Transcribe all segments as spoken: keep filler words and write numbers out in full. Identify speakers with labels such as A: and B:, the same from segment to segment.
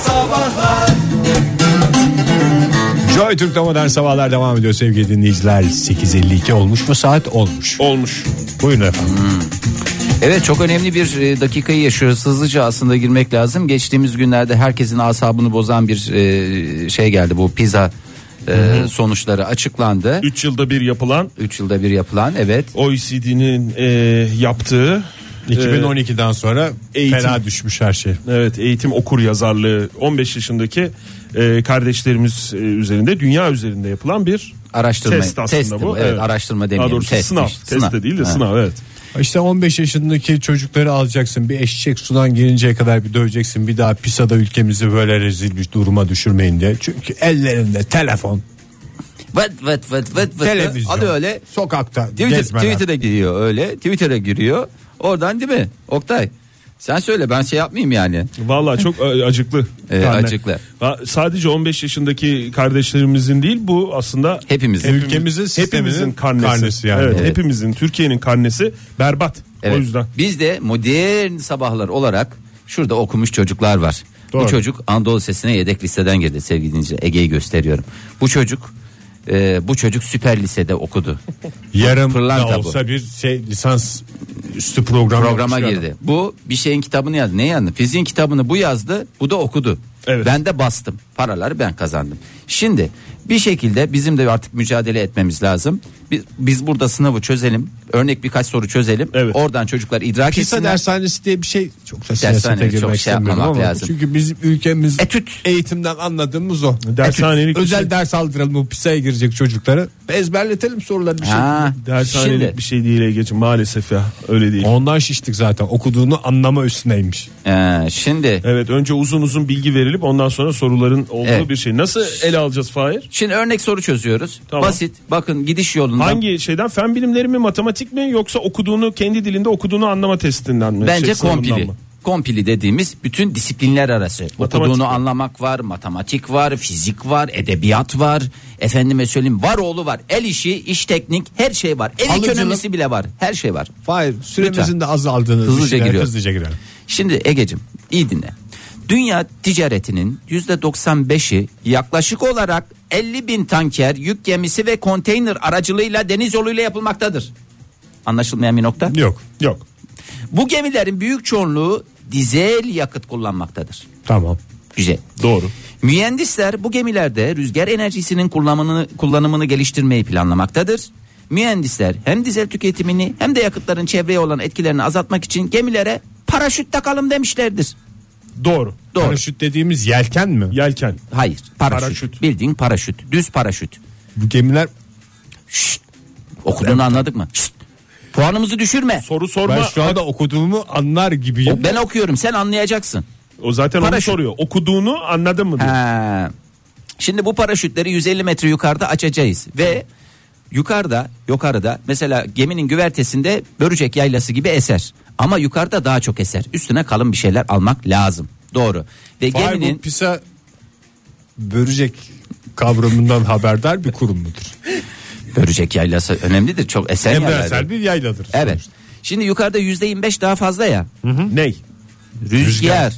A: Sabahlar.
B: Joy Türk'te Modern Sabahlar devam ediyor sevgili dinleyiciler. sekiz elli iki olmuş mu saat? Olmuş.
C: Olmuş.
B: Buyurun efendim.
D: Hmm. Evet, çok önemli bir dakikayı yaşıyoruz. Hızlıca aslında girmek lazım. Geçtiğimiz günlerde herkesin asabını bozan bir şey geldi. Bu pizza e, sonuçları açıklandı.
C: üç yılda bir yapılan.
D: üç yılda bir yapılan, evet.
C: O E C D'nin e, yaptığı.
B: iki bin on ikiden sonra
C: eğitim,
B: fena düşmüş her şey.
C: Evet, eğitim okur yazarlığı on beş yaşındaki e, kardeşlerimiz e, üzerinde, dünya üzerinde yapılan bir
D: araştırma
C: test aslında
D: test,
C: bu.
D: Evet, evet, araştırma demeyelim.
C: Daha doğrusu
D: test,
C: sınav.
D: işte,
C: Test
D: sınav.
C: de değil de
D: Ha.
C: sınav, evet.
B: İşte on beş yaşındaki çocukları alacaksın, bir eşek sudan gelinceye kadar bir döveceksin, bir daha PISA'da ülkemizi böyle rezil bir duruma düşürmeyin diye. Çünkü ellerinde telefon,
D: Vıt vıt vıt vıt vıt.
B: televizyon,
D: Adı öyle.
B: sokakta
D: Twitter,
B: gezmeler.
D: Twitter'a giriyor öyle. Twitter'a giriyor. Oradan değil mi? Oktay, sen söyle, ben şey yapmayayım yani.
C: Vallahi çok e, acıklı.
D: Ee,
C: Yani,
D: acıklı.
C: ha, sadece on beş yaşındaki kardeşlerimizin değil, bu aslında
D: Hepimizin.
B: Ülkemizin
C: hepimizin karnesi.
B: karnesi yani.
C: Evet,
D: Evet.
C: hepimizin, Türkiye'nin karnesi berbat.
D: Evet.
C: O yüzden.
D: Biz de modern sabahlar olarak şurada okumuş çocuklar var.
B: Doğru.
D: Bu çocuk Anadolu Lisesi'ne yedek listeden girdi sevgili dinleyiciler. Ege'yi gösteriyorum. Bu çocuk e, bu çocuk süper lisede okudu.
B: Yarım da
D: Pırlanta bu.
B: olsa bir şey lisans üstü program
D: Programa
B: yapmış
D: girdi.
B: adam.
D: Bu bir şeyin kitabını yazdı. Ne yazdı? Fiziğin kitabını bu yazdı. Bu da okudu.
C: Evet.
D: Ben de bastım. Paraları ben kazandım. Şimdi bir şekilde bizim de artık mücadele etmemiz lazım. Biz, biz burada sınavı çözelim. Örnek birkaç soru çözelim.
C: Evet.
D: Oradan çocuklar idrak
B: PISA
D: etsinler.
B: dershanesi diye bir şey çok da
D: Dershane
B: siyasete
D: çok
B: girmek
D: şey
B: istemiyorum
D: yapmamak
B: ama
D: lazım.
B: çünkü bizim ülkemiz
D: Etüt.
B: eğitimden anladığımız o.
C: Dershanelik
B: Etüt.
C: bir
B: Özel
C: şey.
B: ders aldıralım bu PISA'ya girecek çocuklara. Ezberletelim soruları bir şey.
D: Ha,
C: Dershanelik
D: şimdi,
C: bir şey değil Ege'ciğim, maalesef ya, öyle değil.
B: Ondan şiştik zaten, okuduğunu anlama üstüneymiş.
D: e, şimdi
C: Evet, önce uzun uzun bilgi verilip ondan sonra soruların olduğu
D: Evet.
C: bir şey. Nasıl ele alacağız Fahir?
D: şimdi örnek soru çözüyoruz.
C: Tamam.
D: Basit. Bakın gidiş yolundan.
C: Hangi şeyden, fen bilimleri mi, matematik mi, yoksa okuduğunu, kendi dilinde okuduğunu anlama testinden mi?
D: Bence
C: Şey, sınavından
D: kompili.
C: mı?
D: Kompili dediğimiz bütün disiplinler arası. Okuduğunu
C: var.
D: anlamak var, matematik var, fizik var, edebiyat var. Efendime söyleyeyim, var oğlu var. El işi, iş teknik, her şey var. El
B: Alıcılık.
D: ekonomisi bile var. Her şey var.
B: Hayır, süremizin
D: Lütfen.
B: de azaldığını
D: Hızlıca
B: düşünerek
D: giriyor.
B: hızlıca girelim.
D: Şimdi Egecim, iyi dinle. Dünya ticaretinin yüzde doksan beşi yaklaşık olarak elli bin tanker, yük gemisi ve konteyner aracılığıyla deniz yoluyla yapılmaktadır. Anlaşılmayan bir nokta?
B: Yok.
C: Yok.
D: Bu gemilerin büyük çoğunluğu dizel yakıt kullanmaktadır.
B: Tamam.
D: Güzel.
C: Doğru.
D: Mühendisler bu gemilerde rüzgar enerjisinin kullanımını, kullanımını geliştirmeyi planlamaktadır. Mühendisler hem dizel tüketimini hem de yakıtların çevreye olan etkilerini azaltmak için gemilere paraşüt takalım demişlerdir.
C: Doğru.
D: Doğru.
B: Paraşüt dediğimiz yelken mi?
C: Yelken.
D: Hayır, paraşüt.
C: Paraşüt.
D: Bildiğin paraşüt. Düz paraşüt.
B: Bu gemiler,
D: Şşt. Okuduğunu anladık mı? Şşt. Puanımızı düşürme.
C: Soru sorma.
B: ben şu anda okuduğumu anlar gibiyim.
D: Ben okuyorum, sen anlayacaksın.
C: O zaten
D: Paraşüt.
C: onu soruyor. Okuduğunu anladın mı diyor.
D: Ha. Şimdi bu paraşütleri yüz elli metre yukarıda açacağız ve yukarıda, yukarıda mesela geminin güvertesinde börücek yaylası gibi eser. Ama yukarıda daha çok eser. Üstüne kalın bir şeyler almak lazım. Doğru. Ve
B: Vay,
D: geminin
B: bu PISA börecek kavramından haberdar bir kurum mudur?
D: börücek yaylası önemlidir. Çok eser yerlerdir.
B: Evrensel bir yayladır.
D: Evet.
B: sonuçta.
D: Şimdi yukarıda yüzde yirmi beş daha fazla ya.
C: Ney?
D: Rüzgar.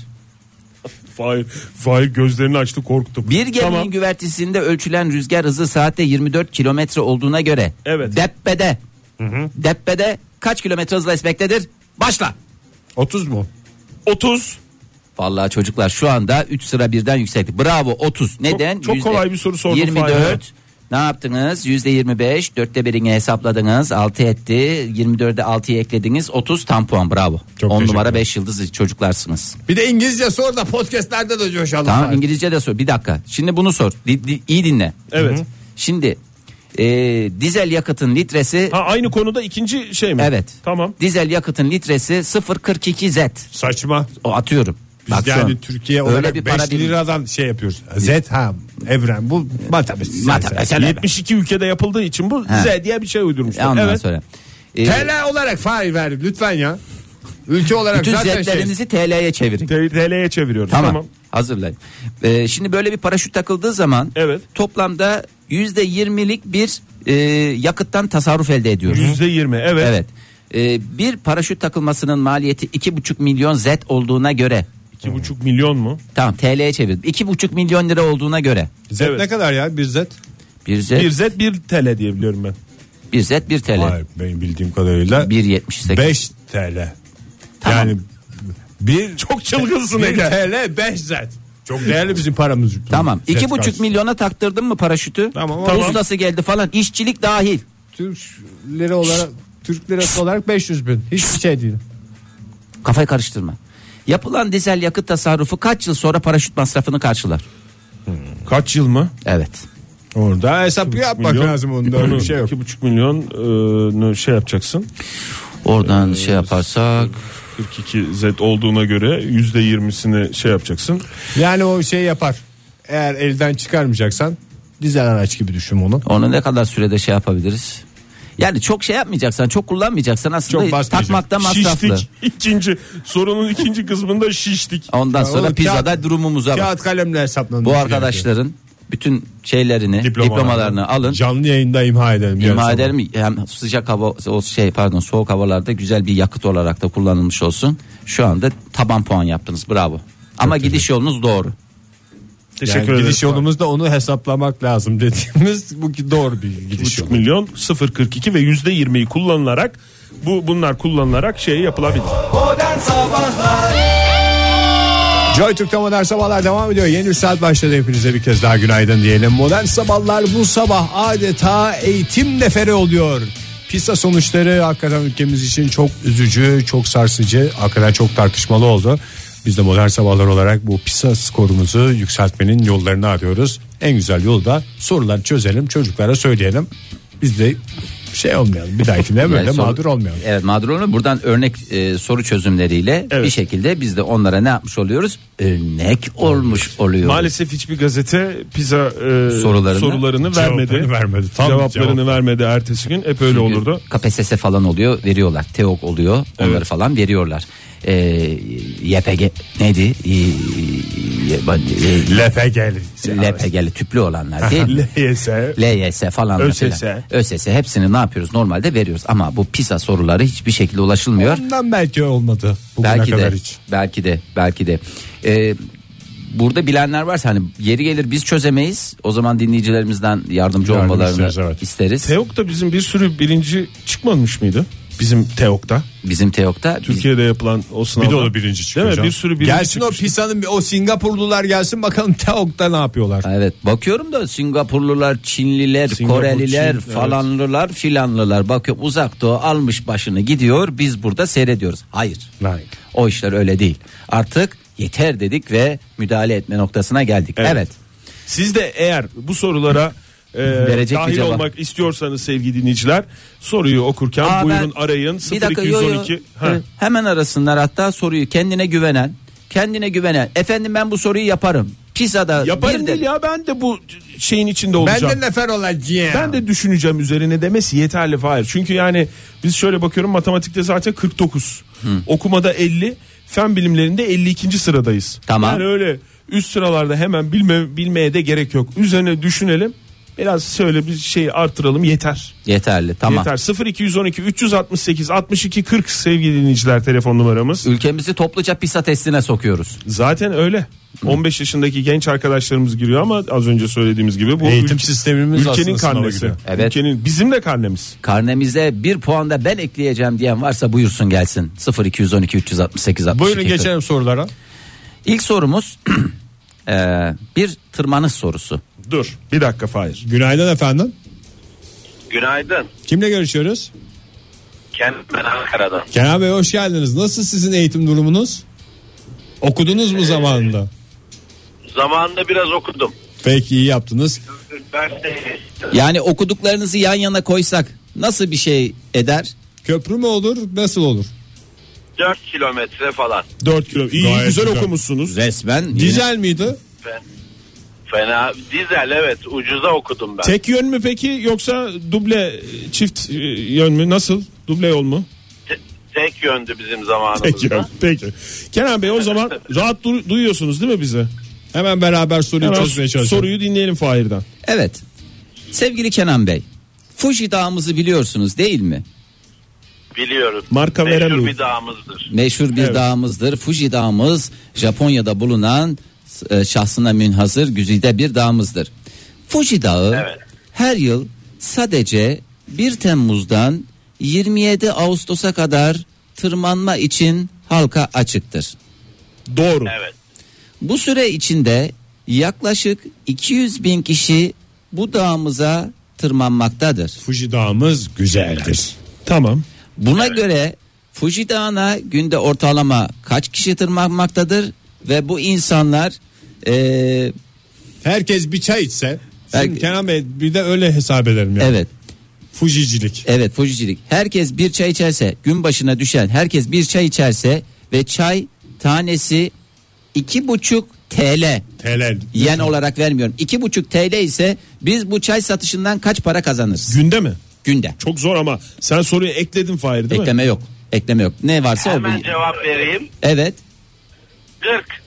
C: Fahir, Fahir gözlerini açtı, korktu.
D: Bir geminin
C: Tamam.
D: güvertesinde ölçülen rüzgar hızı saatte yirmi dört kilometre olduğuna göre
C: Evet.
D: Deppe'de Deppe'de kaç kilometre hızla esmektedir? Başla.
B: otuz mu?
C: otuz.
D: Vallahi çocuklar şu anda üç sıra birden yüksekti. Bravo, otuz. Neden?
C: çok
D: Yüzde
C: kolay bir soru sordum
D: yirmi
C: Fahir.
D: dört. Ne yaptınız? yüzde yirmi beş. Dörtte birini hesapladınız. altı etti. yirmi dörde altıyı eklediniz. otuz tam puan. Bravo.
B: Çok
D: on
B: teşekkür
D: numara
B: ederim.
D: beş yıldız çocuklarsınız.
B: Bir de İngilizce sor da podcastlerde de coşalım.
D: Tamam,
B: Fahir.
D: İngilizce de sor. Bir dakika. Şimdi bunu sor. Di- di- iyi dinle.
C: Evet.
D: Şimdi e, dizel yakıtın litresi
C: Ha, aynı konuda ikinci şey mi?
D: evet.
C: Tamam.
D: Dizel yakıtın litresi sıfır virgül kırk iki zet.
B: Saçma.
D: O atıyorum.
B: Biz
D: Bak şu
B: yani
D: an
B: Türkiye
D: öyle
B: olarak
D: bir
B: beş
D: para değil.
B: liradan şey yapıyoruz. Z ha evren bu matematik.
D: Matematik.
C: yetmiş iki ülkede yapıldığı için bu
D: Ha.
C: Z diye bir şey uydurmuşlar.
D: Ondan
C: Evet.
D: sonra. E,
B: T L olarak fail ver lütfen ya. Ülke olarak
D: bütün
B: zaten şey.
D: zetlerinizi T L'ye çevirin.
C: T L'ye çeviriyoruz.
D: Tamam.
C: Tamam.
D: Hazırlayın. Ee, şimdi böyle bir paraşüt takıldığı zaman
C: Evet.
D: toplamda yüzde yirmilik bir e, yakıttan tasarruf elde ediyoruz.
C: yüzde yirmi. Evet.
D: Evet. Ee, bir paraşüt takılmasının maliyeti iki buçuk milyon zet olduğuna göre
C: iki buçuk milyon mu?
D: Tamam, T L'ye çevirdim. iki buçuk milyon lira olduğuna göre.
B: Zet
C: Evet.
B: ne kadar ya bir zet?
D: Bir zet
C: Bir zet bir T L diye biliyorum ben.
D: bir zet bir T L.
B: Hayır, benim bildiğim kadarıyla
D: bir yetmiş sekiz.
B: beş T L.
D: Tamam.
B: Yani bir
C: Çok çılgınsın
B: bir
C: Ege.
B: T L beş zet. Çok değerli bizim paramız.
D: Tamam.
B: Zet
D: iki buçuk
B: karşısında.
D: milyona taktırdın mı paraşütü?
B: Tamam,
C: tamam.
D: Ustası geldi falan. İşçilik dahil.
B: Türk lira olarak Türk lirası olarak beş yüz bin. Hiçbir şey değil.
D: Kafayı karıştırma. Yapılan dizel yakıt tasarrufu kaç yıl sonra paraşüt masrafını karşılar?
C: Kaç yıl mı?
D: Evet.
B: Orada hesap yapmak lazım, onda öyle bir şey yok.
C: iki buçuk milyon e, şey yapacaksın.
D: Oradan
C: Ee,
D: şey yaparsak
C: kırk iki zet olduğuna göre yüzde yirmisini şey yapacaksın.
B: Yani o şey yapar. Eğer elden çıkarmayacaksan dizel araç gibi düşün onu.
D: onu ne kadar sürede şey yapabiliriz? Yani çok şey yapmayacaksan, çok kullanmayacaksan aslında
B: Çok basmayacak.
D: takmakta masraflı.
C: Şiştik. İkinci sorunun ikinci kısmında şiştik.
D: Ondan
B: Ya
D: sonra
B: o
D: pizzada
B: kağıt-
D: durumumuza bak.
B: Kağıt kalemle hesaplanır.
D: Bu arkadaşların bütün şeylerini, diplomalarını alın.
B: Canlı yayında imha edelim. yarın
D: İma
B: sabah.
D: ederim, hem sıcak hava o şey pardon soğuk havalarda güzel bir yakıt olarak da kullanılmış olsun. Şu anda taban puan yaptınız, bravo. Ama gidiş yolunuz doğru.
C: Teşekkür
B: Yani
C: ederim.
B: gidiş yolumuzda onu hesaplamak lazım dediğimiz bu ki doğru bir
C: iki
B: gidiş
C: buçuk
B: yolu.
C: milyon sıfır virgül kırk iki ve yüzde yirmiyi kullanılarak bu bunlar kullanılarak şey yapılabilir.
B: Joy Türk'te Modern Sabahlar devam ediyor. Yeni bir saat başladı, hepinize bir kez daha günaydın diyelim. Modern Sabahlar bu sabah adeta eğitim neferi oluyor. PISA sonuçları hakikaten ülkemiz için çok üzücü, çok sarsıcı, hakikaten çok tartışmalı oldu. Biz de Modern Sabahlar olarak bu PISA skorumuzu yükseltmenin yollarını arıyoruz. En güzel yolu da soruları çözelim, çocuklara söyleyelim. Biz de şey olmayalım, bir dahakine böyle
D: Yani soru-
B: mağdur olmayalım.
D: Evet, mağdur olmayalım. Buradan örnek e, soru çözümleriyle
C: Evet.
D: bir şekilde biz de onlara ne yapmış oluyoruz? Örnek olmuş oluyoruz.
C: Maalesef hiçbir gazete pizza e,
D: Sorularını-
C: sorularını, vermedi.
B: Cevaplarını vermedi. Tam
C: Cevaplarını
B: cevap.
C: vermedi ertesi gün. Hep öyle
D: Çünkü
C: olurdu.
D: K P S S falan oluyor, veriyorlar. TEOK oluyor, onları
C: Evet.
D: falan veriyorlar. E, Y P G neydi? Y- y-
B: L P G'li.
D: L P G'li tüplü olanlar değil mi?
C: L Y S.
D: L Y S falan da
C: ÖSS.
D: filan. ÖSS hepsini ne yapıyoruz? Normalde veriyoruz ama bu PISA soruları hiçbir şekilde ulaşılmıyor.
B: Ondan belki olmadı bugüne
D: Belki
B: kadar
D: de,
B: hiç.
D: belki de, belki de. Ee, burada bilenler varsa hani yeri gelir biz çözemeyiz. O zaman dinleyicilerimizden yardımcı
B: Yardım
D: olmalarını
B: isteriz, evet.
D: isteriz.
C: TEOK'ta bizim bir sürü birinci çıkmamış mıydı? Bizim TEOK'ta.
D: Bizim TEOK'ta biz-
C: Türkiye'de yapılan o sınavda.
B: Bir de o birinci çıkıyor.
C: Değil mi?
B: canım.
C: Bir sürü birinci
B: Gelsin
C: çıkmış.
B: o PISA'nın bir- o Singapurlular gelsin bakalım TEOK'ta ne yapıyorlar.
D: Evet, bakıyorum da Singapurlular, Çinliler,
C: Singapur,
D: Koreliler,
C: Çin, evet.
D: falanlılar, filanlılar bakıyorum uzak doğu almış başını gidiyor. Biz burada seyrediyoruz. Hayır.
B: Hayır.
D: O işler öyle değil. Artık yeter dedik ve müdahale etme noktasına geldik.
C: Evet.
D: Evet.
C: Siz de eğer bu sorulara e,
D: Verecek bir
C: dahil
D: cevap.
C: olmak istiyorsanız sevgili dinleyiciler, soruyu okurken
D: Aa,
C: buyurun
D: ben-
C: arayın
D: Bir
C: sıfır
D: dakika,
C: iki
D: yo, yo.
C: on iki. Ha.
D: Evet, hemen arasınlar hatta soruyu, kendine güvenen, kendine güvenen. Efendim ben bu soruyu yaparım. PISA'da
C: Yaparım
D: bir
C: değil
D: de
C: ya, ben de bu şeyin içinde
B: Ben
C: olacağım.
B: de nefer olacağım.
C: Ben de düşüneceğim üzerine demesi yeterli Fahir. Çünkü yani biz şöyle bakıyorum, matematikte zaten kırk dokuz. Okumada elli, fen bilimlerinde elli ikinci sıradayız.
D: Tamam.
C: Yani öyle üst sıralarda hemen bilme, bilmeye de gerek yok. Üzerine düşünelim. Biraz şöyle bir şey artıralım yeter.
D: yeterli, tamam.
C: Yeter. sıfır iki on iki üç altı sekiz altmış iki kırk sevgili dinleyiciler, telefon numaramız.
D: Ülkemizi topluca PISA testine sokuyoruz.
C: Zaten öyle. on beş yaşındaki genç arkadaşlarımız giriyor ama az önce söylediğimiz gibi bu
B: Eğitim
C: ülke-
B: sistemimiz
C: ülkenin
B: aslında sınava
C: karnesi.
B: giriyor.
D: Evet.
C: Ülkenin, bizim de karnemiz.
D: Karnemize bir puan da ben ekleyeceğim diyen varsa buyursun gelsin. sıfır iki on iki üç altı sekiz altmış iki.
B: Buyurun geçelim sorulara.
D: İlk sorumuz eee, bir tırmanış sorusu.
C: Dur bir dakika Fahir.
B: Günaydın efendim.
A: Günaydın.
B: Kimle görüşüyoruz?
A: Kendim ben Ankara'dan.
B: Kenan Bey hoş geldiniz. Nasıl sizin eğitim durumunuz? Okudunuz mu zamanında?
A: Zamanında biraz okudum.
B: Peki, iyi yaptınız.
A: Üniversiteye
D: Yani okuduklarınızı yan yana koysak nasıl bir şey eder?
B: Köprü mü olur, nasıl olur?
A: dört kilometre falan.
C: dört kilo. İyi
B: Gayet
C: güzel,
B: güzel.
C: okumuşsunuz.
D: Resmen yine-
B: Dizel miydi?
A: Ben, fena. Dizel, evet, ucuza okudum ben.
C: Tek yön mü peki yoksa duble çift e, yön mü, nasıl? Duble yol mu?
A: Te- tek yöndü bizim
C: Tek
A: zamanımızda.
C: yön. Peki. Kenan Bey o zaman rahat du- duyuyorsunuz değil mi bizi?
B: Hemen beraber soruyu
C: Hemen
B: çözmeye çalışalım.
C: soruyu dinleyelim Fahir'den.
D: Evet. Sevgili Kenan Bey, Fuji Dağımızı biliyorsunuz değil mi?
A: Biliyorum.
C: Marka
A: Meşhur
C: veremeyiz.
A: bir dağımızdır.
D: Meşhur bir
C: Evet.
D: dağımızdır. Fuji dağımız Japonya'da bulunan e, şahsına münhasır güzide bir dağımızdır. Fuji dağı
A: Evet.
D: her yıl sadece bir Temmuz'dan yirmi yedi Ağustos'a kadar tırmanma için halka açıktır.
C: Doğru.
A: Evet.
D: Bu süre içinde yaklaşık iki yüz bin kişi bu dağımıza tırmanmaktadır.
B: Fuji dağımız güzeldir.
C: Tamam.
D: Buna göre Fuji Dağı'na günde ortalama kaç kişi tırmanmaktadır ve bu insanlar e,
B: Herkes bir çay içse. Şimdi
D: Her-
B: Kenan Bey bir de öyle hesap ederim yani.
D: evet
B: Fujicilik.
D: evet Fujicilik, herkes bir çay içerse, gün başına düşen herkes bir çay içerse ve çay tanesi iki buçuk T L,
B: T L.
D: yen olarak vermiyorum, iki buçuk T L ise biz bu çay satışından kaç para kazanırız
C: Günde mi?
D: günde?
C: Çok zor ama sen soruyu ekledin Fahir değil mi?
D: Ekleme yok, ekleme yok, ne varsa o.
A: Hemen cevap vereyim.
D: Evet.
A: kırk.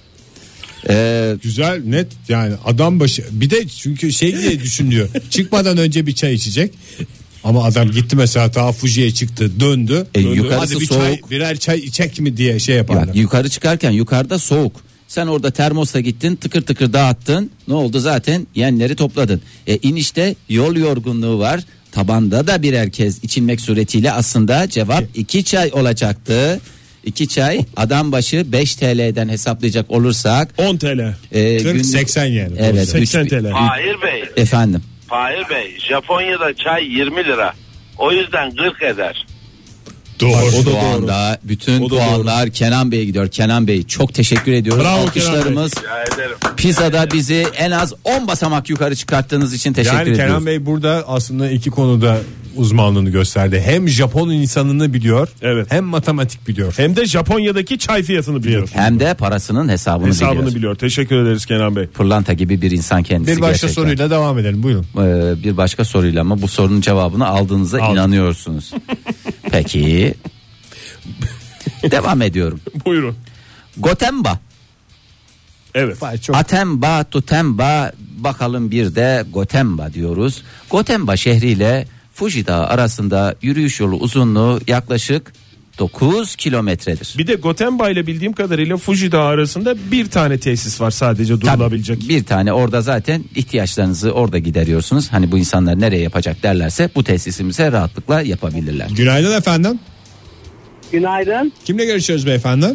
D: Ee,
B: Güzel, net yani adam başı. Bir de çünkü şey diye düşünüyor. Çıkmadan önce bir çay içecek. Ama adam gitti mesela ta Fuji'ye çıktı, döndü.
D: E,
B: döndü.
D: yukarısı
B: Hadi bir
D: soğuk.
B: çay, birer çay içecek mi diye şey yaparlar.
D: Ya, yukarı çıkarken yukarıda soğuk. Sen orada termosla gittin, tıkır tıkır dağıttın. Ne oldu, zaten yenleri topladın. E, inişte yol yorgunluğu var. Tabanda da birer kez içilmek suretiyle aslında cevap iki çay olacaktı. İki çay adam başı beş T L'den hesaplayacak olursak
C: on T L.
D: e,
B: kırk
D: gün-
B: seksen yani.
D: Evet,
C: seksen
D: üç-
C: T L.
A: Fahir Bey.
D: Efendim.
A: Fahir Bey. Japonya'da çay yirmi lira. O yüzden kırk eder.
B: Doğru.
C: O da
D: Şu
C: doğru.
D: anda bütün
C: O da
D: puanlar Kenan Bey'e gidiyor. Kenan Bey çok teşekkür ediyoruz.
C: Bravo Kenan
D: Alkışlarımız.
A: Rica ederim.
D: Pizza'da bizi en az on basamak yukarı çıkarttığınız için teşekkür
B: Yani
D: ediyoruz.
B: Kenan Bey burada aslında iki konuda uzmanlığını gösterdi. Hem Japon insanını biliyor,
C: Evet.
B: hem matematik biliyor.
C: Hem de Japonya'daki çay fiyatını biliyor.
D: Hem de parasının hesabını,
C: Hesabını
D: biliyor.
C: biliyor. Teşekkür ederiz Kenan Bey.
D: Pırlanta gibi bir insan kendisi
B: Bir başka
D: gerçekten.
B: soruyla devam edelim. Buyurun.
D: Ee, bir başka soruyla ama bu sorunun cevabını aldığınıza
B: Aldım.
D: inanıyorsunuz. Peki. Devam ediyorum.
C: Buyurun.
D: Gotemba.
C: Evet.
B: Çok
D: Atemba, Tutemba, bakalım bir de Gotemba diyoruz. Gotemba şehriyle Fuji Dağı arasında yürüyüş yolu uzunluğu yaklaşık dokuz kilometredir.
C: Bir de Gotemba ile bildiğim kadarıyla Fuji Dağı arasında bir tane tesis var sadece durulabilecek.
D: Tabii, bir tane orada zaten ihtiyaçlarınızı orada gideriyorsunuz. Hani bu insanlar nereye yapacak derlerse bu tesisimize rahatlıkla yapabilirler.
B: Günaydın efendim.
E: Günaydın.
B: Kimle görüşüyoruz beyefendi?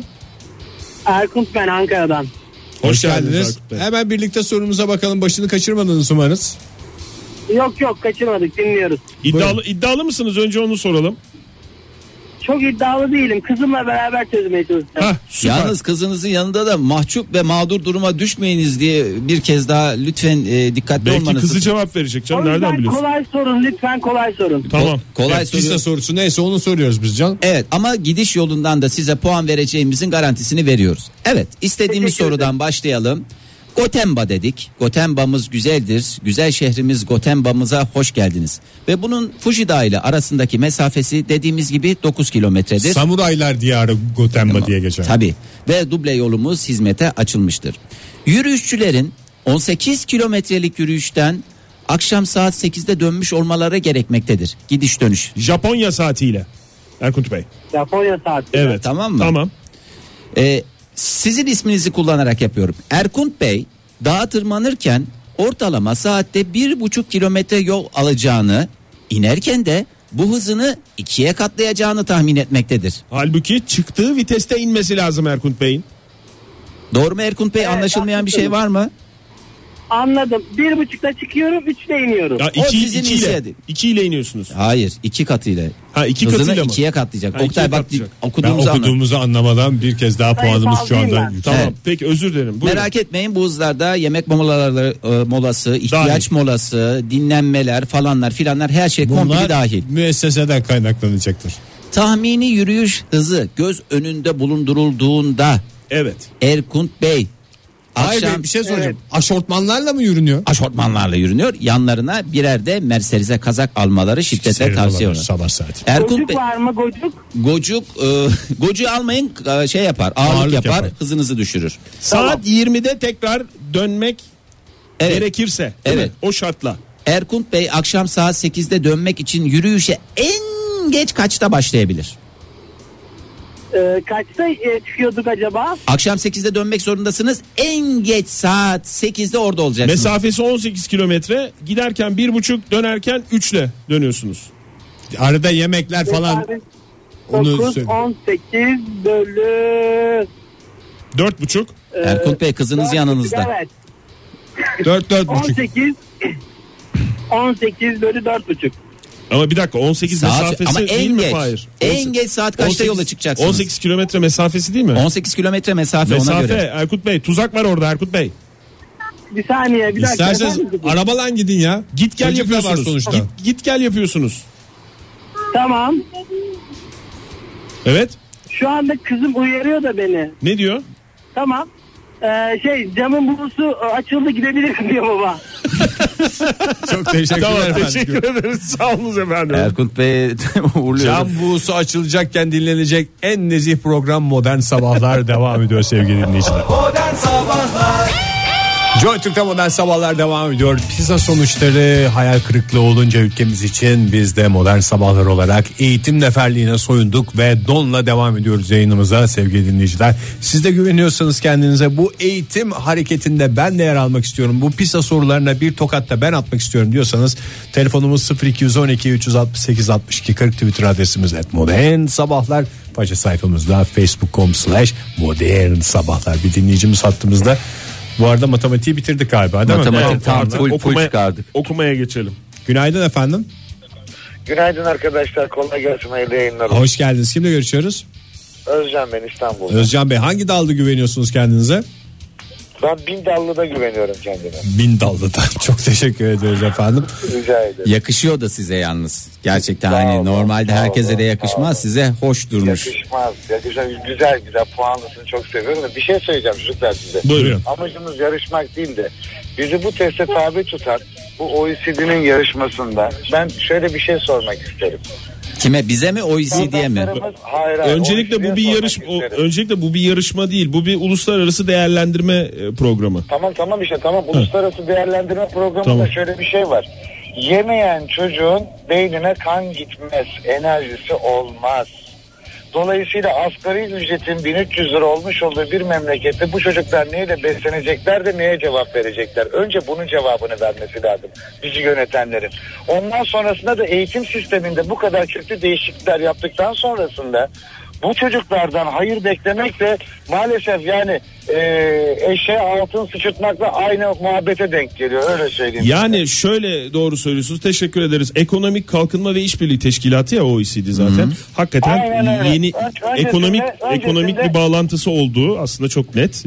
E: Erkunt ben Ankara'dan.
B: Hoş,
C: geldiniz
B: geldiniz.
C: Erkut Bey.
B: Hemen birlikte sorumuza bakalım. Başını kaçırmadınız umarız.
E: Yok yok kaçırmadık, dinliyoruz.
C: İddialı, iddialı mısınız? Önce onu soralım.
E: Çok iddialı değilim. Kızımla beraber çözmeye çalışacağım.
C: Hah, süper.
D: Yalnız kızınızın yanında da mahcup ve mağdur duruma düşmeyiniz diye bir kez daha lütfen e, dikkatli
C: Belki
D: olmanızı.
C: kızı cevap verecek
E: O
C: canım.
E: yüzden
C: Nereden biliyorsun?
E: kolay sorun lütfen, kolay sorun.
C: Tamam.
D: Kolay
B: Evet, pizza
D: soruyor.
B: sorusu neyse onu soruyoruz biz canım.
D: Evet, ama gidiş yolundan da size puan vereceğimizin garantisini veriyoruz. Evet, istediğimiz
E: Teşekkür
D: sorudan başlayalım. Gotemba dedik. Gotemba'mız güzeldir. Güzel şehrimiz Gotemba'mıza hoş geldiniz. Ve bunun Fuji Dağı ile arasındaki mesafesi dediğimiz gibi dokuz kilometredir.
B: Samuraylar diyarı Gotemba diye geçer.
D: Tabii. Ve duble yolumuz hizmete açılmıştır. Yürüyüşçülerin on sekiz kilometrelik yürüyüşten akşam saat sekizde dönmüş olmaları gerekmektedir. Gidiş dönüş.
C: Japonya saatiyle. Erkut Bey.
E: Japonya saati.
C: Evet.
D: Tamam mı?
C: Tamam.
D: Ee, sizin isminizi kullanarak yapıyorum. Erkunt Bey dağa tırmanırken ortalama saatte bir buçuk kilometre yol alacağını, inerken de bu hızını ikiye katlayacağını tahmin etmektedir.
C: Halbuki çıktığı viteste inmesi lazım Erkut Bey'in.
D: Doğru mu Erkunt Bey?
E: Evet,
D: Anlaşılmayan bir şey
E: haklısınız.
D: var mı?
E: Anladım. Bir buçukta çıkıyorum, üçte iniyorum.
C: Ya
D: O
C: iki,
D: sizin
C: iki ile,
D: inisiyatif.
C: iki ile iniyorsunuz.
D: Hayır, iki katıyla.
C: Ha, iki
D: Hızını
C: katıyla mı?
D: ikiye katlayacak.
C: Ha,
D: Oktay
C: ikiye
D: bak
C: katlayacak.
B: Ben
D: okuduğumuzu anladım.
B: okuduğumuzu anlamadan bir kez daha
E: Sayı
B: puanımız şu
E: fazlayım
B: anda
E: ben.
B: yüksek.
C: Tamam.
D: Evet.
C: Peki özür dilerim. Buyurun.
D: Merak etmeyin, bu hızlarda yemek molaları, e, molası, ihtiyaç molası, dinlenmeler falanlar filanlar her şey komple
B: Bunlar
D: dahil.
B: müesseseden kaynaklanacaktır.
D: Tahmini yürüyüş hızı göz önünde bulundurulduğunda
C: Evet.
D: Erkunt Bey
B: Hayır
D: akşam
B: Bey, bir şey soracağım. Aşortmanlarla mı yürünüyor?
D: aşortmanlarla yürünüyor. Yanlarına birer de Mercedes'e kazak almaları şiddetle
B: Serin
D: tavsiye
B: olabilir,
D: ediyorum.
B: sabah saati.
D: Erkunt
E: Gocuk
D: Bey,
E: var mı gocuk?
D: gocuk e, gocuğu almayın, e, şey yapar, ağırlık,
B: Ağırlık
D: yapar,
B: yapar.
D: hızınızı düşürür.
C: Saat yirmide tekrar dönmek
D: Evet.
C: gerekirse. değil
D: Evet.
C: mi? O şartla.
D: Erkunt Bey akşam saat sekizde dönmek için yürüyüşe en geç kaçta başlayabilir?
E: Ee, kaçta e, çıkıyorduk acaba?
D: Akşam sekizde dönmek zorundasınız. En geç saat sekizde orada olacaksınız.
C: Mesafesi on sekiz kilometre. Giderken bir buçuk, dönerken üçle dönüyorsunuz.
B: Arada yemekler falan. Onu
E: dokuz,
B: söyle.
E: on sekiz bölü...
C: Dört buçuk.
D: Erkut Bey, kızınız
E: dört
D: yanınızda.
E: buçuk, Evet.
B: dört dört buçuk.
E: on sekiz on sekiz bölü dört buçuk.
C: Ama bir dakika, on sekiz
D: Saat-
C: mesafesi
D: ama
C: değil
D: en
C: mi
D: geç.
C: Fahir?
D: En geç saat kaçta
C: on sekiz
D: yola çıkacaksınız?
C: on sekiz kilometre mesafesi değil mi?
D: on sekiz kilometre mesafe, ona
C: Mesafe
D: göre.
C: Erkut Bey, tuzak var orada Erkut Bey.
E: Bir saniye bir dakika.
B: İsterseniz
E: efendim.
B: arabalan gidin ya.
C: Git gel
B: Çocuk da var
C: yapıyorsunuz.
B: sonuçta.
C: Git, git gel yapıyorsunuz.
E: Tamam.
C: Evet.
E: Şu anda kızım uyarıyor da beni.
C: Ne diyor?
E: Tamam. Ee, şey camın buğusu açıldı, gidebilirsin diyor baba.
B: Çok teşekkürler
C: Tamam,
B: efendim.
C: teşekkür ederiz. Sağ olun efendim.
D: Erkut Bey uğurluyor.
B: Cam buğusu açılacakken dinlenecek en nezih program Modern Sabahlar devam ediyor sevgili dinleyiciler.
F: Modern Sabahlar.
B: Joy Türk'te Modern Sabahlar devam ediyor. Pisa sonuçları hayal kırıklığı olunca ülkemiz için biz de Modern Sabahlar olarak eğitim neferliğine soyunduk ve donla devam ediyoruz yayınımıza sevgili dinleyiciler. Siz de güveniyorsanız kendinize, bu eğitim hareketinde ben de yer almak istiyorum, bu Pisa sorularına bir tokat da ben atmak istiyorum diyorsanız telefonumuz sıfır iki on iki üç altı sekiz altmış iki kırk, Twitter adresimiz et modern sabahlar, faça sayfamızda facebook nokta com slash modern sabahlar. Bir dinleyicimiz hattımızda. Bu arada matematiği bitirdik galiba, değil
D: Matematik
B: mi?
C: Evet,
D: tam
C: artık
D: full, full
C: okumaya-
D: çıkardık.
C: Okumaya geçelim.
B: Günaydın efendim.
G: Günaydın arkadaşlar, kolay gelsin, hayırlı yayınlar olsun.
B: Hoş geldiniz. Kimle görüşüyoruz?
G: Özcan ben, İstanbul'da.
B: Özcan Bey, hangi dalda güveniyorsunuz kendinize?
G: Ben bin dallıda güveniyorum kendime.
B: Bin dallıdan. Çok teşekkür ediyoruz efendim.
G: Rica ederim.
D: Yakışıyor da size yalnız. Gerçekten
G: Sağ
D: hani
G: olun,
D: normalde
G: sağ
D: herkese
G: olun,
D: de
G: sağ
D: yakışmaz.
G: olun.
D: Size hoş durmuş.
G: Yakışmaz. Yakışmaz. Güzel güzel puanlısını çok seviyorum. Da bir şey söyleyeceğim çocuklar size.
C: Buyurun.
G: Amacımız yarışmak değil de bizi bu teste tabi tutan bu O E C D'nin yarışmasında ben şöyle bir şey sormak isterim.
D: Kime, bize mi, O E C D'ye mi?
G: Soracaklarımız- Hayır, hayır,
C: Öncelikle
G: O E C D'ye
C: bu bir
G: sormak
C: yarış o,
G: isterim.
C: öncelikle bu bir yarışma değil. Bu bir uluslararası değerlendirme e, programı.
G: Tamam tamam işte tamam. Uluslararası değerlendirme programında
C: Tamam.
G: şöyle bir şey var. Yemeyen çocuğun beynine kan gitmez, enerjisi olmaz. Dolayısıyla asgari ücretin bin üç yüz lira olmuş olduğu bir memlekette bu çocuklar neyle beslenecekler de neye cevap verecekler? Önce bunun cevabını vermesi lazım bizi yönetenlerin. Ondan sonrasında da eğitim sisteminde bu kadar kötü değişiklikler yaptıktan sonrasında bu çocuklardan hayır beklemek de maalesef yani e, eşeğe altın sıçırtmakla aynı muhabbete denk geliyor, öyle söyleyeyim.
C: Yani şöyle, doğru söylüyorsunuz. Teşekkür ederiz. Ekonomik Kalkınma ve İşbirliği Teşkilatı ya O E C D zaten. Hakikaten
G: Aynen öyle.
C: yeni
G: Ön- öncesinde-
C: ekonomik
G: öncesinde-
C: ekonomik bir bağlantısı olduğu aslında çok net. Ee,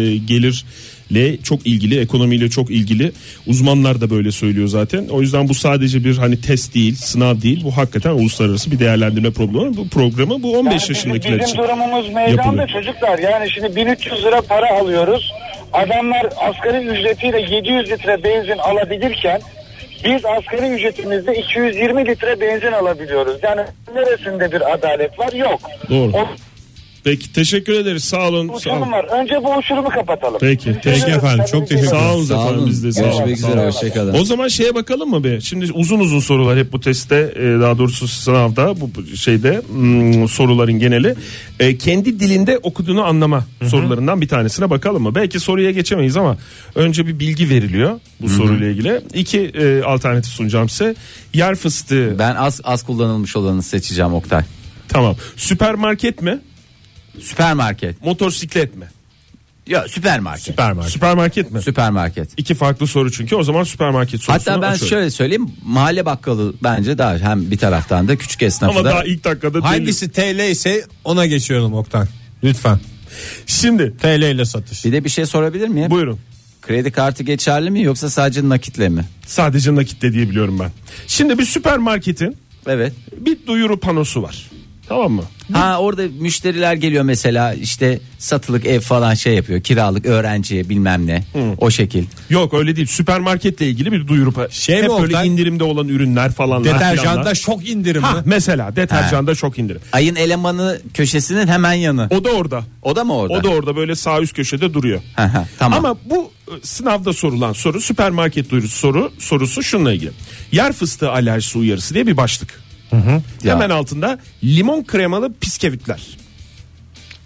C: gelirle çok ilgili, ekonomiyle çok ilgili. Uzmanlar da böyle söylüyor zaten. O yüzden bu sadece bir hani test değil, sınav değil. Bu hakikaten uluslararası bir değerlendirme programı. Bu programı bu on beş
G: Yani
C: yaşındakiler
G: bizim
C: için
G: durumumuz meydanda
C: yapılıyor.
G: çocuklar. Yani şimdi bin üç yüz lira para alıyoruz. Adamlar asgari ücretiyle yedi yüz litre benzin alabilirken biz asgari ücretimizde iki yüz yirmi litre benzin alabiliyoruz. Yani neresinde bir adalet var? Yok.
C: Doğru.
G: O
C: Peki, teşekkür ederiz. Sağ olun. Sağ
G: uçurum
C: olun.
G: var. Önce bu uçurumu kapatalım.
C: Peki,
B: Peki efendim, çok teşekkür
C: Sağ olun
D: Sağ
C: efendim,
D: olun.
C: biz de sağ olun.
D: Görüşmek
C: Sağ olun.
D: üzere, hoşçakalın.
C: O zaman şeye bakalım mı be? Şimdi uzun uzun sorular hep bu testte, e, daha doğrusu sınavda, bu şeyde hmm, soruların geneli. E, kendi dilinde okuduğunu anlama sorularından bir tanesine bakalım mı? Belki soruya geçemeyiz ama önce bir bilgi veriliyor bu soruyla ilgili. İki e, alternatif sunacağım size. Yer fıstığı.
D: Ben az az kullanılmış olanı seçeceğim, Oktay.
C: Tamam. Süpermarket mi?
D: Süpermarket.
C: Motosiklet mi?
D: Ya süpermarket.
B: Süpermarket.
C: Süpermarket mi?
D: Süpermarket.
C: İki farklı soru çünkü. O zaman süpermarket sorusunu
D: Hatta ben
C: açıyorum.
D: şöyle söyleyeyim, mahalle bakkalı bence daha, hem bir taraftan da küçük esnafı
C: Ama
D: da.
C: daha ilk dakikada belli.
B: Hangisi T L ise ona geçiyorum Oktay. Lütfen.
C: Şimdi
B: T L ile satış.
D: Bir de bir şey sorabilir miyim?
C: buyurun.
D: Kredi kartı geçerli mi yoksa sadece nakitle mi?
C: Sadece nakitle diye biliyorum ben. Şimdi bir süpermarketin
D: Evet.
C: bir duyuru panosu var. Tamam mı?
D: Ha, orada müşteriler geliyor mesela, işte satılık ev falan şey yapıyor, kiralık öğrenciye bilmem ne, o şekil.
C: Yok, öyle değil. Süpermarketle ilgili bir duyuru pa-
B: Şey
C: Hep
B: mi
C: böyle
B: Oktay?
C: indirimde olan ürünler falanlar.
B: Deterjanda
C: filanlar.
B: şok indirim mi?
C: Ha, mesela deterjanda çok indirim.
D: Ayın elemanı köşesinin hemen yanı.
C: O da orada.
D: O da mı orada?
C: O da orada böyle sağ üst köşede duruyor.
D: Hı hı, tamam.
C: Ama bu e, sınavda sorulan soru, süpermarket duyurusu soru sorusu şununla ilgili. Yer fıstığı alerjisi uyarısı diye bir başlık.
D: Ya.
C: Hemen altında limon kremalı bisküvitler.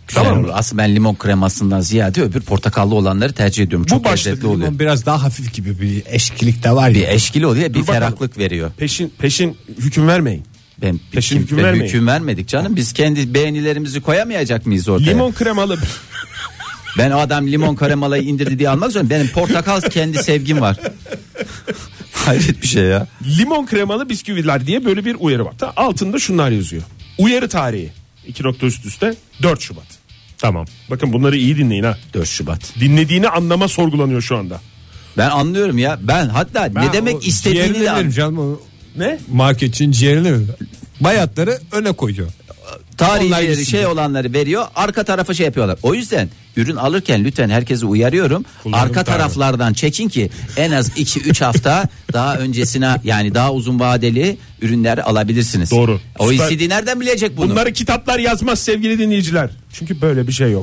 D: Güzel
C: Tamam
D: olur.
C: mı?
D: Aslında ben limon kremasından ziyade öbür portakallı olanları tercih ediyorum.
C: Bu
D: Çok
C: başlık
D: lezzetli oluyor.
B: Limon biraz daha hafif gibi bir eşkilik de var
D: Bir
B: ya.
D: eşkili oluyor, bir
C: Dur bakalım.
D: ferahlık veriyor.
C: Peşin peşin hüküm vermeyin.
D: Ben
C: Peşin
D: kim,
C: hüküm
D: ben
C: vermeyin.
D: hüküm vermedik canım. Biz kendi beğenilerimizi koyamayacak mıyız ortaya?
C: Limon kremalı
D: Ben o adam limon kremalayı indirdi diye almak zorunda. Benim portakal kendi sevgim var. Hayret bir şey ya.
C: limon kremalı bisküviler diye böyle bir uyarı var. Ta altında şunlar yazıyor. Uyarı tarihi. iki nokta üst üste dört Şubat.
B: Tamam.
C: Bakın bunları iyi dinleyin ha.
D: dört Şubat.
C: Dinlediğini anlama sorgulanıyor şu anda.
D: Ben anlıyorum ya. Ben hatta
B: Ben
D: ne
B: o
D: demek istediğini
B: ciğerini
D: de
B: verim
D: anlıyorum.
B: canım. O
C: Ne?
B: marketçinin ciğerini verim. Bayatları öne koyuyor. Onlar
D: Tarihleri
B: gitsin
D: şey
B: diye.
D: olanları veriyor, arka tarafa şey yapıyorlar. O yüzden ürün alırken lütfen herkesi uyarıyorum.
B: Kullanım
D: arka
B: tarihi.
D: taraflardan çekin ki en az iki üç hafta daha öncesine, yani daha uzun vadeli ürünleri alabilirsiniz.
C: Doğru.
D: O
C: Süper.
D: E C D nereden bilecek bunu?
C: Bunları kitaplar yazmaz sevgili dinleyiciler. Çünkü böyle bir şey yok.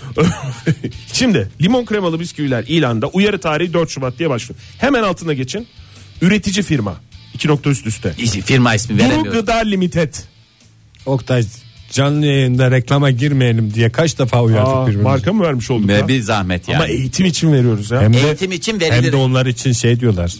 C: Şimdi limon kremalı bisküviler ilanda uyarı tarihi dört Şubat diye başlıyor. Hemen altına geçin. Üretici firma. iki nokta üst üste.
D: Firma ismi
C: Duru
D: veremiyorum.
C: Gıda Limited.
B: Oktay, canlı yayında reklama girmeyelim diye kaç defa uyardık
C: Aa,
B: birbirimizi.
C: marka mı vermiş olduk
D: Ve
C: ya?
D: bir zahmet yani.
C: Ama eğitim için veriyoruz ya.
B: Hem de,
D: Eğitim için
B: hem
D: verilir.
B: de onlar için şey diyorlar.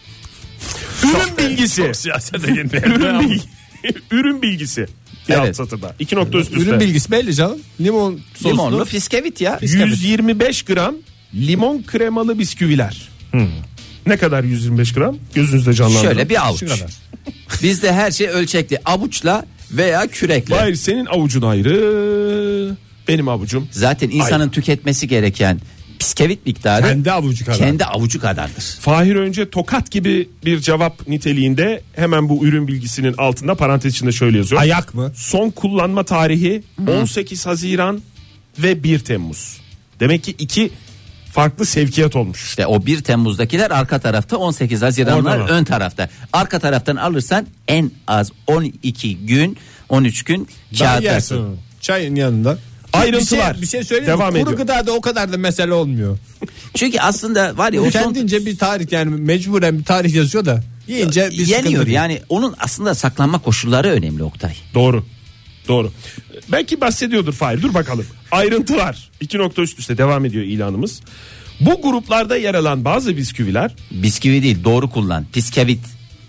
C: Ürün bilgisi.
B: Siyasete
C: Ürün, bilgi, ürün bilgisi. Bir
D: Evet.
C: alt satırda. iki nokta üst üste.
B: Ürün bilgisi belli canım. Limon soslu.
D: Limonlu fiskevit ya.
C: yüz yirmi beş gram limon kremalı bisküviler. Ne kadar yüz yirmi beş gram? Gözünüzde canlandırın.
D: Şöyle bir avuç.
B: Şu kadar.
D: Bizde her şey ölçekli. Avuçla veya kürekle.
C: Hayır, senin avucun ayrı. Benim avucum.
D: Zaten insanın tüketmesi gereken biskevit miktarı
B: Kendi avucu kadar.
D: kendi avucu kadardır.
C: Fahir önce tokat gibi bir cevap niteliğinde hemen bu ürün bilgisinin altında parantez içinde şöyle yazıyor.
B: Ayak mı?
C: Son kullanma tarihi on sekiz Haziran ve bir Temmuz. Demek ki iki farklı sevkiyat olmuş.
D: İşte o bir Temmuz'dakiler arka tarafta, on sekiz Haziranlar
C: Orada mı?
D: ön tarafta. Arka taraftan alırsan en az on iki gün, on üç gün
B: Daha
D: kağıt
B: yersin
D: dersin.
B: onu. Çayın yanında.
C: Ayrıntılar.
B: Bir şey, bir şey söyleyeyim
C: Devam
B: mi? Kuru
C: ediyor.
B: gıdada o kadar da mesele olmuyor.
D: Çünkü aslında var ya o son
B: Kendince bir tarih, yani mecburen bir tarih yazıyor da yiyince bir sıkıntı
D: yeniyor
B: değil.
D: yani, onun aslında saklanma koşulları önemli Oktay.
C: Doğru. Doğru. Belki bahsediyordur Fahir. Dur bakalım. Ayrıntılar. iki nokta üst üste devam ediyor ilanımız. Bu gruplarda yer alan bazı bisküviler
D: Bisküvi değil, doğru kullan. Biskevit.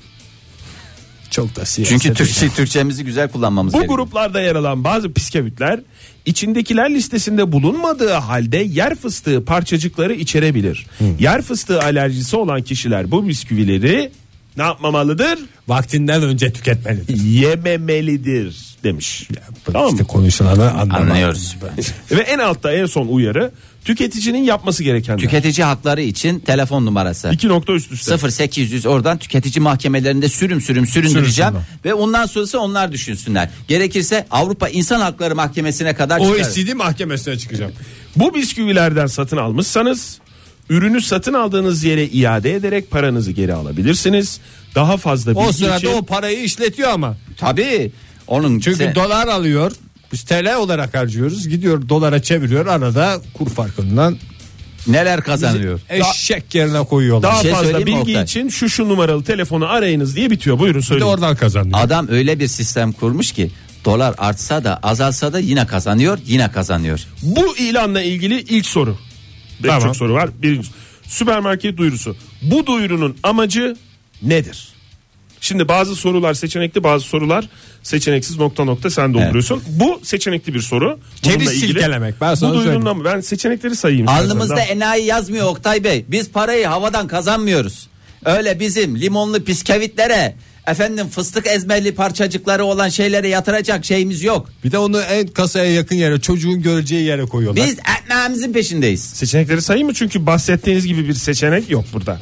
B: Çok da siyasete.
D: Çünkü Türkçe Türkçemizi güzel kullanmamız
C: bu
D: gerekiyor.
C: gruplarda yer alan bazı bisküvitler içindekiler listesinde bulunmadığı halde yer fıstığı parçacıkları içerebilir. Yer fıstığı alerjisi olan kişiler bu bisküvileri ne yapmamalıdır?
B: Vaktinden önce tüketmelidir.
C: Yememelidir demiş. Tamam
B: İşte
C: mı?
B: konuşulanı anlamak.
D: Anlıyoruz.
C: Ve en altta en son uyarı tüketicinin yapması gerekenler.
D: Tüketici hakları için telefon numarası.
C: İki nokta üst üste.
D: sıfır sekiz yüz oradan tüketici mahkemelerinde sürüm sürüm süründüreceğim
B: Sürünsünler.
D: ve ondan sonrası onlar düşünsünler. Gerekirse Avrupa İnsan Hakları Mahkemesi'ne kadar
B: O
D: çıkar.
B: E C D mahkemesine çıkacağım.
C: Bu bisküvilerden satın almışsanız ürünü satın aldığınız yere iade ederek paranızı geri alabilirsiniz. Daha fazla bilgi
B: O sırada
C: için
B: o parayı işletiyor ama.
D: Tabii. Onun
B: Çünkü
D: sen-
B: dolar alıyor. Biz T L olarak harcıyoruz. Gidiyor dolara çeviriyor. Arada kur farkından
D: neler kazanıyor.
B: eşek yerine koyuyorlar.
C: daha
D: şey
C: fazla
D: söyleyeyim mi
C: bilgi
D: Oktay?
C: için şu şu numaralı telefonu arayınız diye bitiyor. Buyurun
B: Bir de
C: söyleyin.
B: oradan kazanıyor.
D: Adam öyle bir sistem kurmuş ki dolar artsa da azalsa da yine kazanıyor, yine kazanıyor.
C: Bu ilanla ilgili ilk soru. Pek
B: Tamam.
C: çok soru var. Birinci süpermarket duyurusu. Bu duyurunun amacı nedir? Şimdi bazı sorular seçenekli, bazı sorular seçeneksiz, nokta nokta sen dolduruyorsun. Bu seçenekli bir soru. Bununla
B: Keriz
C: ilgili.
B: silkelemek, ben sana
C: Bu duyurunun
B: söyleyeyim.
C: amacı. Ben seçenekleri sayayım. istersen.
D: Alnımızda
C: Daha-
D: enayi yazmıyor Oktay Bey. Biz parayı havadan kazanmıyoruz. Öyle bizim limonlu bisküvitlere, efendim fıstık ezmeli parçacıkları olan şeylere yatıracak şeyimiz yok.
B: Bir de onu en kasaya yakın yere, çocuğun göreceği yere koyuyorlar.
D: Biz ekmeğimizin peşindeyiz.
C: Seçenekleri sayayım mı? Çünkü bahsettiğiniz gibi bir seçenek yok burada.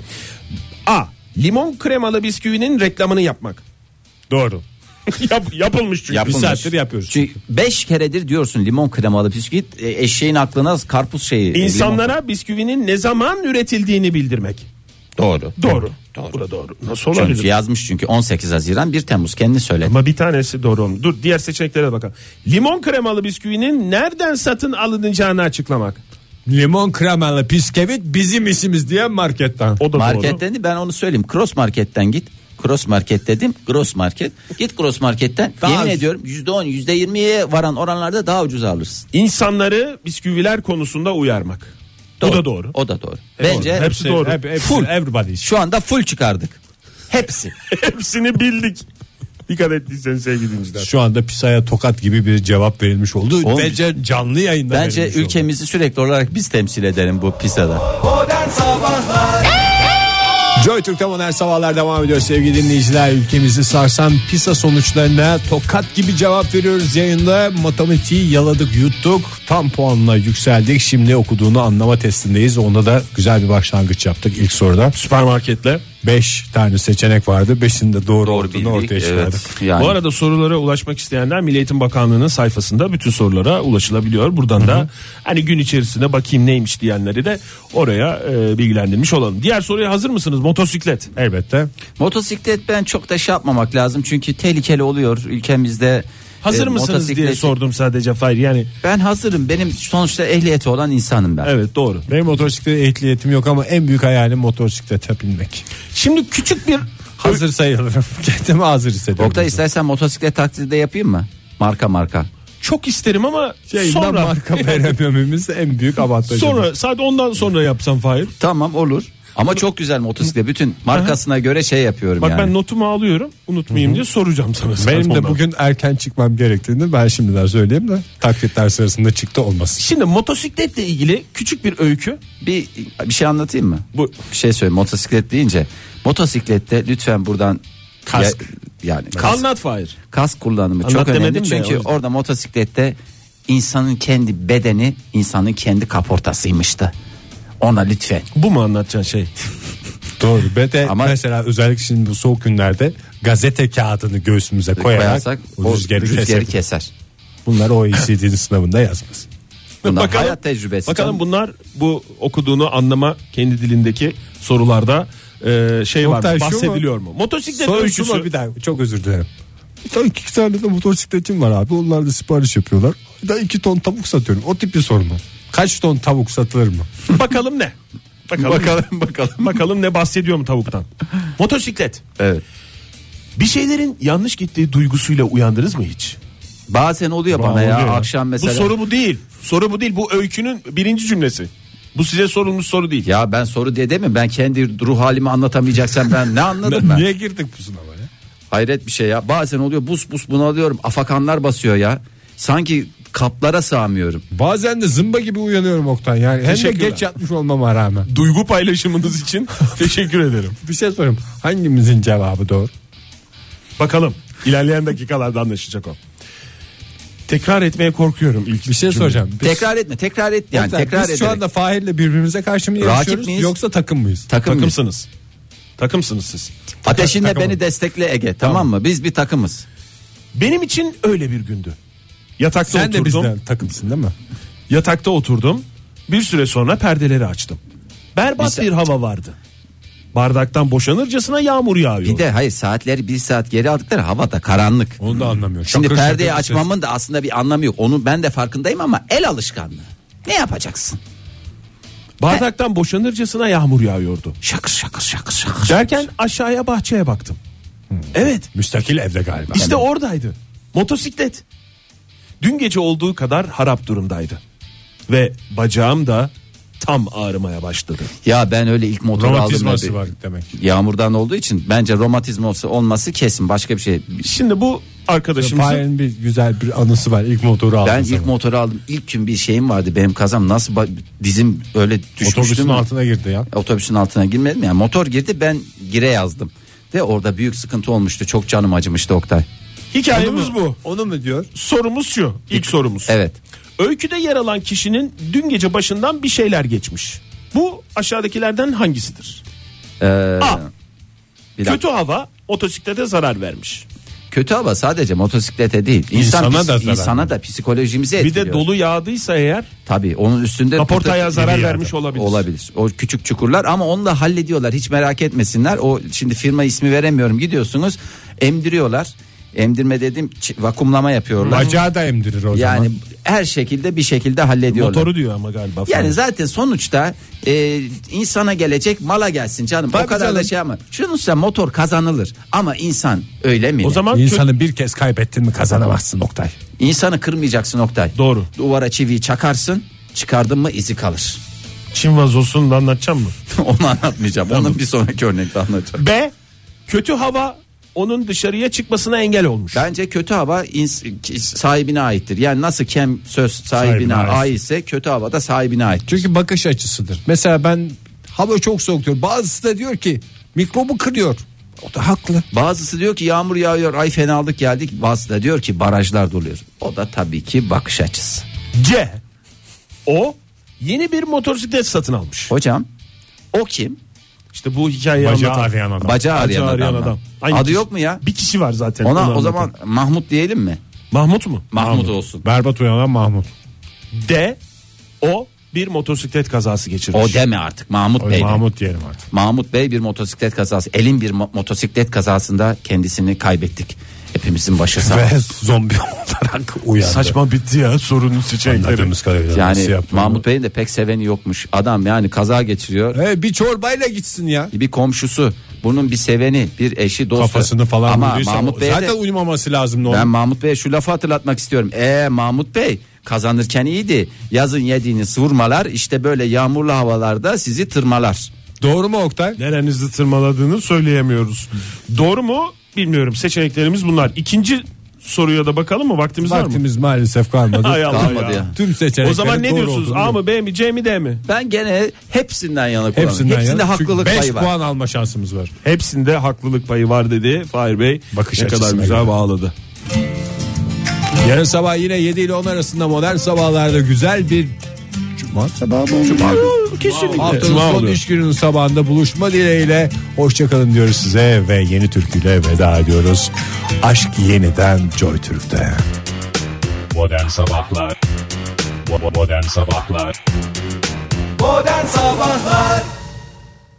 C: A. Limon kremalı bisküvinin reklamını yapmak.
B: Doğru.
C: Yap, yapılmış çünkü.
D: Yapılmış.
B: Bir saattir yapıyoruz.
D: Çünkü beş keredir diyorsun limon kremalı bisküvit, e, eşeğin aklına karpuz şeyi. e,
C: İnsanlara bisküvinin ne zaman üretildiğini bildirmek.
D: limon. Doğru.
C: Doğru. Doğru. Bu da doğru. Nasıl
D: Çünkü
C: olabilir?
D: yazmış çünkü on sekiz Haziran bir Temmuz kendi söyledi.
C: Ama bir tanesi doğru olmuş. Dur diğer seçeneklere bakalım. Limon kremalı bisküvinin nereden satın alınacağını açıklamak.
B: Limon kremalı bisküvit bizim işimiz diye marketten.
C: O da doğru.
D: Marketten değil, ben onu söyleyeyim. Cross marketten git. cross market dedim. Gross market. Git gross marketten.
B: Daha
D: Yemin
B: az.
D: ediyorum yüzde on yüzde yirmiye varan oranlarda daha ucuz alırsın.
C: İnsanları bisküviler konusunda uyarmak. Bu da doğru.
D: O da doğru. Bence
C: Doğru. Hepsi doğru.
B: Hep, hepsi,
D: Full.
B: everybody.
D: şu anda full çıkardık. Hepsi.
C: Hepsini bildik. Dikkat ettiyseniz sevgili dinleyiciler.
B: Şu anda Pisa'ya tokat gibi bir cevap verilmiş oldu.
D: Oğlum,
B: Bence canlı yayında
D: Bence
B: verilmiş oldu.
D: ülkemizi sürekli olarak biz temsil edelim bu Pisa'da.
F: Modern Sabahlar
B: Joy Türk'te modern sabahlar devam ediyor sevgili dinleyiciler. Ülkemizi sarsan PISA sonuçlarına tokat gibi cevap veriyoruz yayında. Matematiği yaladık yuttuk. Tam puanla yükseldik. Şimdi okuduğunu anlama testindeyiz. Onda da güzel bir başlangıç yaptık ilk soruda.
C: Süpermarketle.
B: beş tane seçenek vardı. beşin de doğru,
D: Doğru
B: olduğunu
D: bildik.
B: ortaya çıkardık.
D: Evet. Yani.
C: Bu arada sorulara ulaşmak isteyenler Milli Eğitim Bakanlığı'nın sayfasında bütün sorulara ulaşılabiliyor. Buradan Hı-hı. da hani gün içerisinde bakayım neymiş diyenleri de oraya e, bilgilendirmiş olalım. Diğer soruya hazır mısınız? Motosiklet.
B: Elbette.
D: Motosiklet ben çok da şey yapmamak lazım çünkü tehlikeli oluyor ülkemizde.
C: Hazır
D: e,
C: mısınız diye
D: motosiklet-
C: sordum sadece Fahir. Yani
D: Ben hazırım. Benim sonuçta ehliyeti olan insanım ben.
C: evet doğru.
B: Benim motosiklet ehliyetim yok ama en büyük hayalim motosiklete binmek.
C: Şimdi küçük bir
B: Hazır sayılırım. Kendimi hazır hissediyorum.
D: Oktay istersen motosiklet taklidi de yapayım mı? Marka marka.
C: çok isterim ama
B: Şeyinden
C: sonra
B: marka veremememiz en büyük avantajı.
C: sonra sadece ondan sonra yapsam Fahir.
D: Tamam olur. Ama çok güzel motosiklet. Bütün markasına göre şey yapıyorum
C: Bak
D: yani.
C: ben notumu alıyorum unutmayayım diye soracağım sana. zaten
B: Benim de
C: ondan.
B: bugün erken çıkmam gerektiğini ben şimdiden söyleyeyim de taklitler sırasında çıktı olmasın.
C: Şimdi motosikletle ilgili küçük bir öykü.
D: Bir bir şey anlatayım mı?
C: Bu
D: Bir şey söyleyeyim motosiklet deyince. Motosiklette lütfen buradan
B: Kask.
D: Ya- yani kask,
C: Anlat Fahir.
D: kask kullanımı
C: Anlat
D: çok önemli
C: demedim de
D: çünkü
C: o yüzden.
D: orada motosiklette insanın kendi bedeni insanın kendi kaportasıymıştı. Ona lütfen.
C: Bu mu anlatacaksın şey?
B: Doğru. Ve de
D: Ama-
B: mesela özellikle şimdi bu soğuk günlerde gazete kağıdını göğsümüze koyarak
D: Koyarsak
B: o rüzgarı,
D: rüzgarı
B: keser.
D: keser.
B: Bunlar O E C D'nin sınavında yazmaz.
D: Bunlar hayat tecrübesi.
C: Bakalım
D: canım.
C: bunlar bu okuduğunu anlama kendi dilindeki sorularda e, şey var
B: Oktay,
C: mı?
B: şu mu?
C: Bahsediliyor mu? Motosiklet
B: Soru
C: öyküsü.
B: şu mu bir daha çok özür dilerim. Tabii iki tane de motosikletim var abi. Onlar da sipariş yapıyorlar. Bir de iki ton tavuk satıyorum. O tip bir sorun mu? Kaç ton tavuk satılır mı?
C: Bakalım ne? Bakalım bakalım bakalım. Bakalım ne bahsediyor mu tavuktan? Motosiklet.
D: Evet.
C: Bir şeylerin yanlış gittiği duygusuyla uyandınız mı hiç?
D: Bazen oluyor bana
C: Oluyor
D: ya,
C: ya.
D: akşam mesela.
C: Bu soru bu değil. Soru bu değil. Bu öykünün birinci cümlesi. Bu size sorulmuş soru değil.
D: Ya ben soru diye mi? Ben kendi ruh halimi anlatamayacaksam ben ne anladım ben?
B: Niye girdik bu sınava ya?
D: Hayret bir şey ya. Bazen oluyor bus bus bunalıyorum. Afakanlar basıyor ya. Sanki kaplara sığamıyorum.
B: Bazen de zımba gibi uyanıyorum Oktay. Yani hem de
C: Teşekkürler.
B: geç yatmış olmama rağmen.
C: Duygu paylaşımınız için teşekkür ederim.
B: Bir şey sorayım. Hangimizin cevabı doğru?
C: Bakalım. İlerleyen dakikalarda anlaşacak o. Tekrar etmeye korkuyorum ilk
B: Bir şey
C: cümleyi.
B: soracağım. Biz,
D: Tekrar etme, tekrar et yani
B: Oktay,
D: tekrar
B: biz
D: ederek.
B: şu anda Fahir'le birbirimize karşı mı
D: Rakip
B: yarışıyoruz
D: miyiz?
B: yoksa takım mıyız?
D: takım mıyız?
C: Takımsınız. Takımsınız siz.
D: Ateşinle
B: Takımım.
D: beni destekle Ege, tamam mı? Biz bir takımız.
C: Benim için öyle bir gündü. Yatakta
B: Sen de
C: oturdum.
B: bizden takımsın değil mi?
C: Yatakta oturdum. Bir süre sonra perdeleri açtım. Berbat
D: Biz-
C: bir hava vardı. Bardaktan boşanırcasına yağmur yağıyor.
D: Bir de hayır saatleri bir saat geri aldıkları havada karanlık.
B: Onu da anlamıyorum.
D: Şimdi
B: Şakır
D: perdeyi
B: şakır ses.
D: açmamın da aslında bir anlamı yok. Onu ben de farkındayım ama el alışkanlığı. Ne yapacaksın?
C: Bardaktan boşanırcasına yağmur yağıyordu.
D: Şakır şakır şakır şakır.
C: Derken aşağıya bahçeye baktım. Evet.
B: Müstakil evde galiba.
C: İşte oradaydı. Motosiklet. Dün gece olduğu kadar harap durumdaydı. Ve bacağım da tam ağrımaya başladı.
D: Ya ben öyle ilk motoru aldım.
B: Romatizması
D: tabii.
B: var demek.
D: Yağmurdan olduğu için bence romatizması olması kesin, başka bir şey.
C: Şimdi bu arkadaşımızın
B: Fahir'in bir güzel bir anısı var. İlk motoru aldı.
D: Ben
B: sana.
D: ilk motoru aldım. İlk gün bir şeyim vardı benim kazam. Nasıl ba- dizim öyle düşmüştü
B: Otobüsün
D: mü?
B: altına girdi ya.
D: Otobüsün altına girmedim yani. Motor girdi, ben gire yazdım. Ve orada büyük sıkıntı olmuştu. Çok canım acımıştı Oktay.
C: hikayemiz bu.
B: Onu mu diyor?
C: Sorumuz şu. İlk sorumuz.
D: Evet.
C: Öyküde yer alan kişinin dün gece başından bir şeyler geçmiş. Bu aşağıdakilerden hangisidir?
D: Ee,
C: A.
D: bir dakika.
C: Kötü hava motosiklete zarar vermiş.
D: Kötü hava sadece motosiklete değil. İnsan
B: İnsana
D: pis-
B: da zarar
D: insana da psikolojimizi
C: Bir
D: etkiliyor.
C: de dolu yağdıysa eğer
D: Tabii onun üstünde
C: kaportaya
D: pıtı-
C: zarar
B: bir
C: vermiş
B: yerde.
C: olabilir.
D: olabilir. O küçük çukurlar ama onu da hallediyorlar. Hiç merak etmesinler. O şimdi firma ismi veremiyorum. Gidiyorsunuz, emdiriyorlar. Emdirme dedim, ç- vakumlama yapıyorlar.
B: Bacağı da emdirir o
D: Yani
B: zaman.
D: her şekilde bir şekilde hallediyorlar.
C: Motoru diyor ama galiba.
D: Yani
C: falan.
D: zaten sonuçta e, insana gelecek mala gelsin canım.
B: Tabii
D: o kadar
B: canım.
D: da şey ama. Şununsa motor kazanılır ama insan öyle mi?
C: O zaman
B: İnsanı bir kez kaybettin mi kazanamazsın Oktay.
D: İnsanı kırmayacaksın Oktay.
C: Doğru.
D: Duvara çiviyi çakarsın, çıkardın mı izi kalır.
C: Çin vazosunu da anlatacağım mı?
D: Onu anlatmayacağım. Onun bir sonraki örnekte anlatacağım.
C: B. Kötü hava onun dışarıya çıkmasına engel olmuş.
D: Bence kötü hava ins- sahibine aittir. Yani nasıl kem söz sahibine,
B: Sahibine ait.
D: aitse kötü hava da sahibine ait.
B: Çünkü bakış açısıdır. Mesela ben hava çok soğuk diyor. Bazısı da diyor ki mikrobu kırıyor. O da haklı.
D: Bazısı diyor ki yağmur yağıyor, ay fenalık geldik. Bazısı da diyor ki barajlar doluyor. O da tabii ki bakış açısı.
C: C. O yeni bir motosiklet satın almış.
D: Hocam o kim?
C: İşte bu hikayeyi
B: Bacağı
C: anlatan.
B: arayan adam.
D: Bacağı arayan,
C: Bacağı arayan
D: adam.
C: adam.
D: mı?
C: Aynı
D: Adı
C: kişi.
D: yok mu ya?
C: Bir kişi var zaten.
D: Ona
C: onu
D: o
C: anlatan.
D: zaman Mahmut diyelim mi?
C: Mahmut mu?
D: Mahmut, olsun.
B: Berbat uyanan Mahmut.
C: D. O bir motosiklet kazası geçirmiş.
D: O deme artık Mahmut
B: O
D: Bey.
B: Mahmut
D: Mahmut.
B: diyelim artık.
D: Mahmut Bey bir motosiklet kazası. Elin bir mo- motosiklet kazasında kendisini kaybettik. Hepimizin başı sağ
B: Ve
D: olsun.
B: zombi olarak uyandı.
C: Saçma bitti ya sorunun seçenekleri.
B: Anladığımız kadarıyla nasıl
D: Yani
B: yaptığını.
D: Mahmut Bey'in de pek seveni yokmuş. Adam yani kaza geçiriyor.
B: He, bir çorbayla gitsin ya.
D: Bir komşusu, bunun bir seveni, bir eşi, dostu.
B: Kafasını falan
D: Ama
B: vurduysa
D: Mahmut Bey'e
B: zaten
D: de,
B: uyumaması lazım. Ne
D: ben
B: olur.
D: Mahmut Bey'e şu lafı hatırlatmak istiyorum. Eee Mahmut Bey kazanırken iyiydi. Yazın yediğiniz vurmalar işte böyle yağmurlu havalarda sizi tırmalar.
B: Doğru mu Oktay?
C: Nerenizde tırmaladığını söyleyemiyoruz. Doğru mu? Bilmiyorum. Seçeneklerimiz bunlar. İkinci soruya da bakalım mı? Vaktimiz, var mı?
B: Vaktimiz maalesef kalmadı.
C: Hay Allah
D: Kalmadı ya.
B: Tüm seçeneklerin
C: O zaman ne
B: doğru
C: diyorsunuz?
B: olduğunu
C: A
B: biliyorum.
C: mı B mi C mi D mi?
D: Ben gene hepsinden yana kullanırım.
B: Hepsinden
D: Hepsinde
B: yana.
D: haklılık
B: Çünkü
D: payı
B: beş
D: var.
B: puan alma şansımız var.
C: Hepsinde haklılık payı var dedi Fahir Bey.
B: Bakış
C: ne kadar
B: açısına
C: güzel
B: göre.
C: bağladı.
B: Yarın sabah yine yedi ile on arasında modern sabahlarda güzel bir Cuma sabahı mı? Cuma
C: Kesinlikle.
B: Haftanın
C: Cuma
B: son
C: oluyor.
B: iş gününün sabahında buluşma dileğiyle hoşçakalın diyoruz size ve yeni türküyle veda ediyoruz. Aşk yeniden Joy Türk'te.
H: Modern Sabahlar Bo- Modern Sabahlar
F: Modern Sabahlar